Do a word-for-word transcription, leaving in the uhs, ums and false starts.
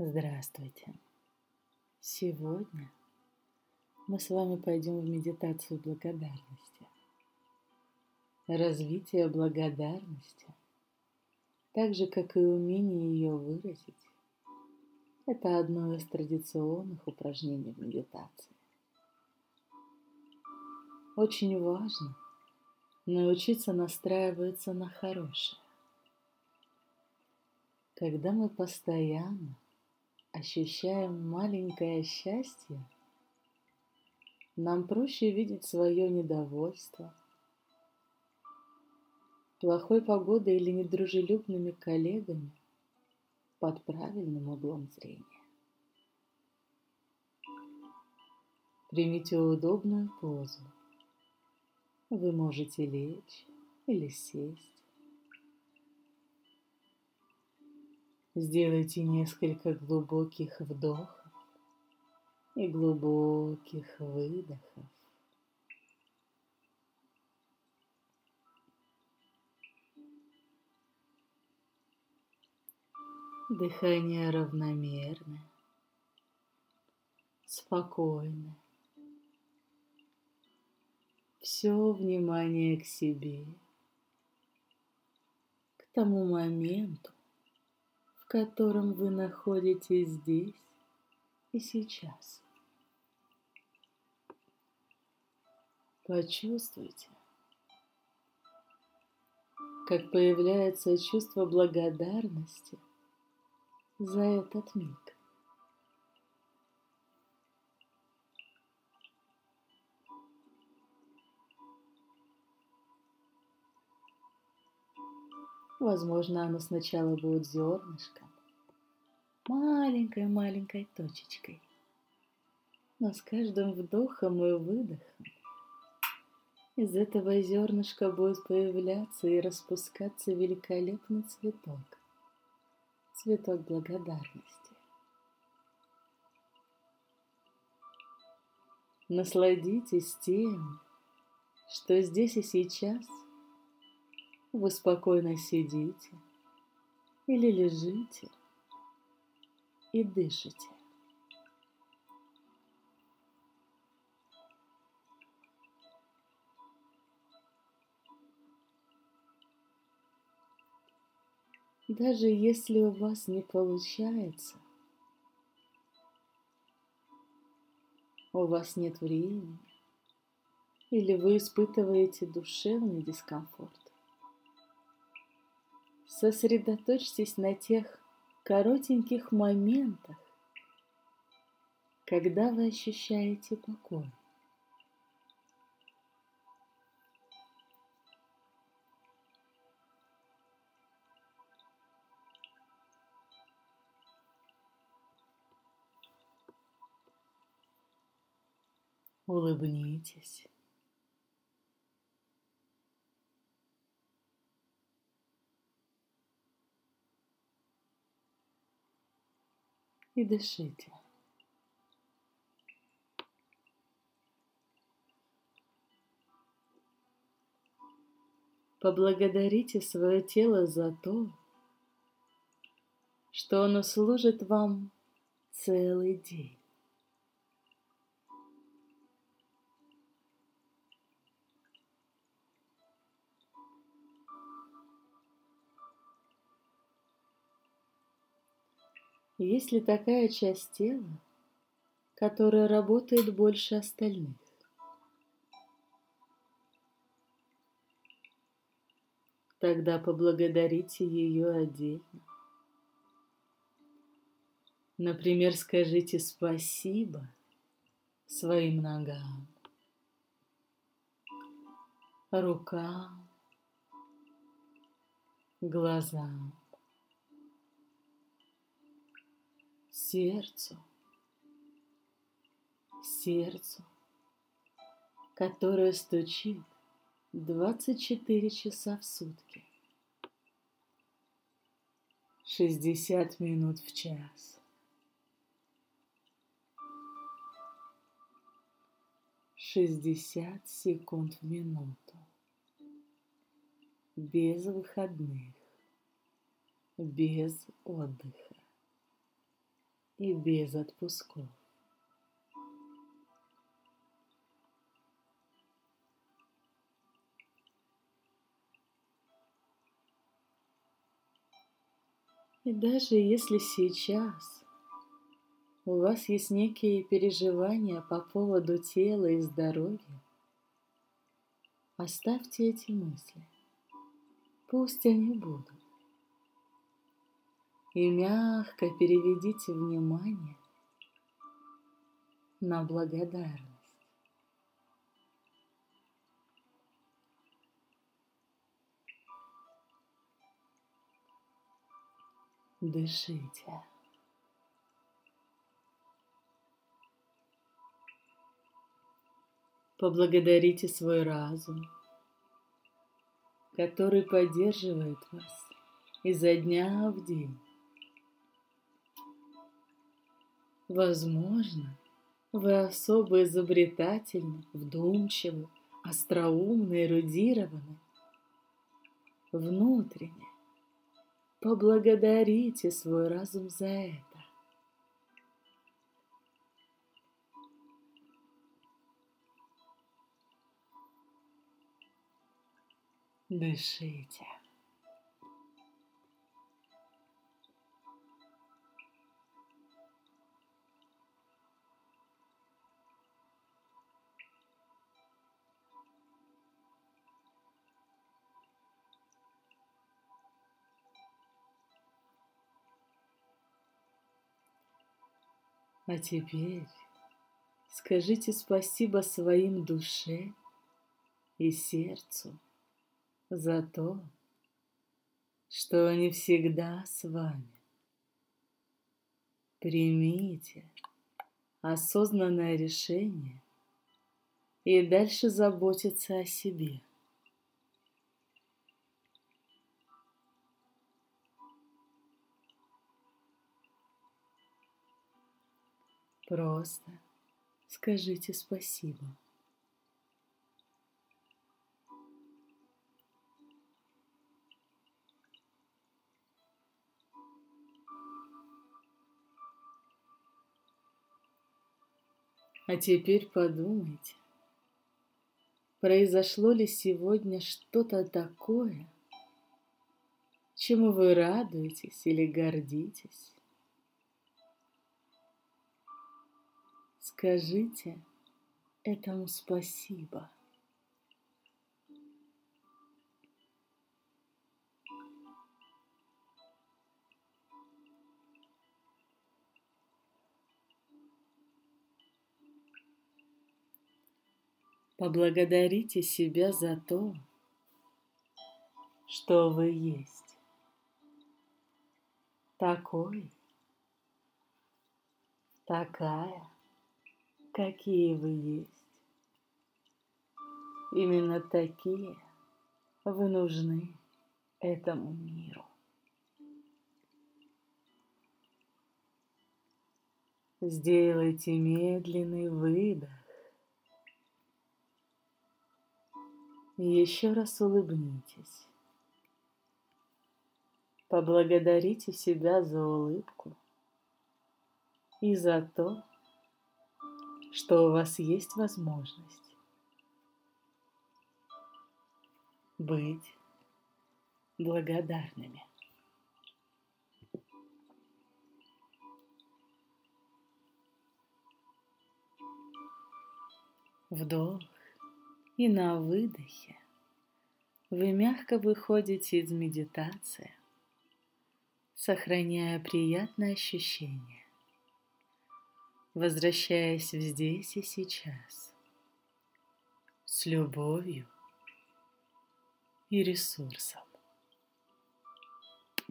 Здравствуйте! Сегодня мы с вами пойдем в медитацию благодарности. Развитие благодарности, так же, как и умение ее выразить, это одно из традиционных упражнений в медитации. Очень важно научиться настраиваться на хорошее. Когда мы постоянно ощущаем маленькое счастье, нам проще видеть свое недовольство, плохой погодой или недружелюбными коллегами под правильным углом зрения. Примите удобную позу. Вы можете лечь или сесть. Сделайте несколько глубоких вдохов и глубоких выдохов. Дыхание равномерное, спокойное. Все внимание к себе, к тому моменту, в котором вы находитесь здесь и сейчас. Почувствуйте, как появляется чувство благодарности за этот миг. Возможно, оно сначала будет зернышком, маленькой-маленькой точечкой, но с каждым вдохом и выдохом из этого зернышка будет появляться и распускаться великолепный цветок, цветок благодарности. Насладитесь тем, что здесь и сейчас вы спокойно сидите или лежите и дышите. Даже если у вас не получается, у вас нет времени, или вы испытываете душевный дискомфорт, сосредоточьтесь на тех коротеньких моментах, когда вы ощущаете покой. Улыбнитесь. И дышите. Поблагодарите свое тело за то, что оно служит вам целый день. Есть ли такая часть тела, которая работает больше остальных? Тогда поблагодарите ее отдельно. Например, скажите спасибо своим ногам, рукам, глазам, сердцу, сердцу, которое стучит двадцать четыре часа в сутки, шестьдесят минут в час, шестьдесят секунд в минуту, без выходных, без отдыха. и без отпусков. И даже если сейчас у вас есть некие переживания по поводу тела и здоровья, оставьте эти мысли, пусть они будут, и мягко переведите внимание на благодарность. Дышите. Поблагодарите свой разум, который поддерживает вас изо дня в день. Возможно, вы особо изобретательны, вдумчивы, остроумны, эрудированы. Внутренне поблагодарите свой разум за это. Дышите. А теперь скажите спасибо своим душе и сердцу за то, что они всегда с вами. Примите осознанное решение и дальше заботиться о себе. Просто скажите спасибо. А теперь подумайте, произошло ли сегодня что-то такое, чему вы радуетесь или гордитесь? Скажите этому спасибо. Поблагодарите себя за то, что вы есть. Такой, такая, какие вы есть. Именно такие вы нужны этому миру. Сделайте медленный выдох. И еще раз улыбнитесь. Поблагодарите себя за улыбку и за то, что у вас есть возможность быть благодарными. Вдох, и на выдохе вы мягко выходите из медитации, сохраняя приятное ощущение, возвращаясь в здесь и сейчас, с любовью и ресурсом.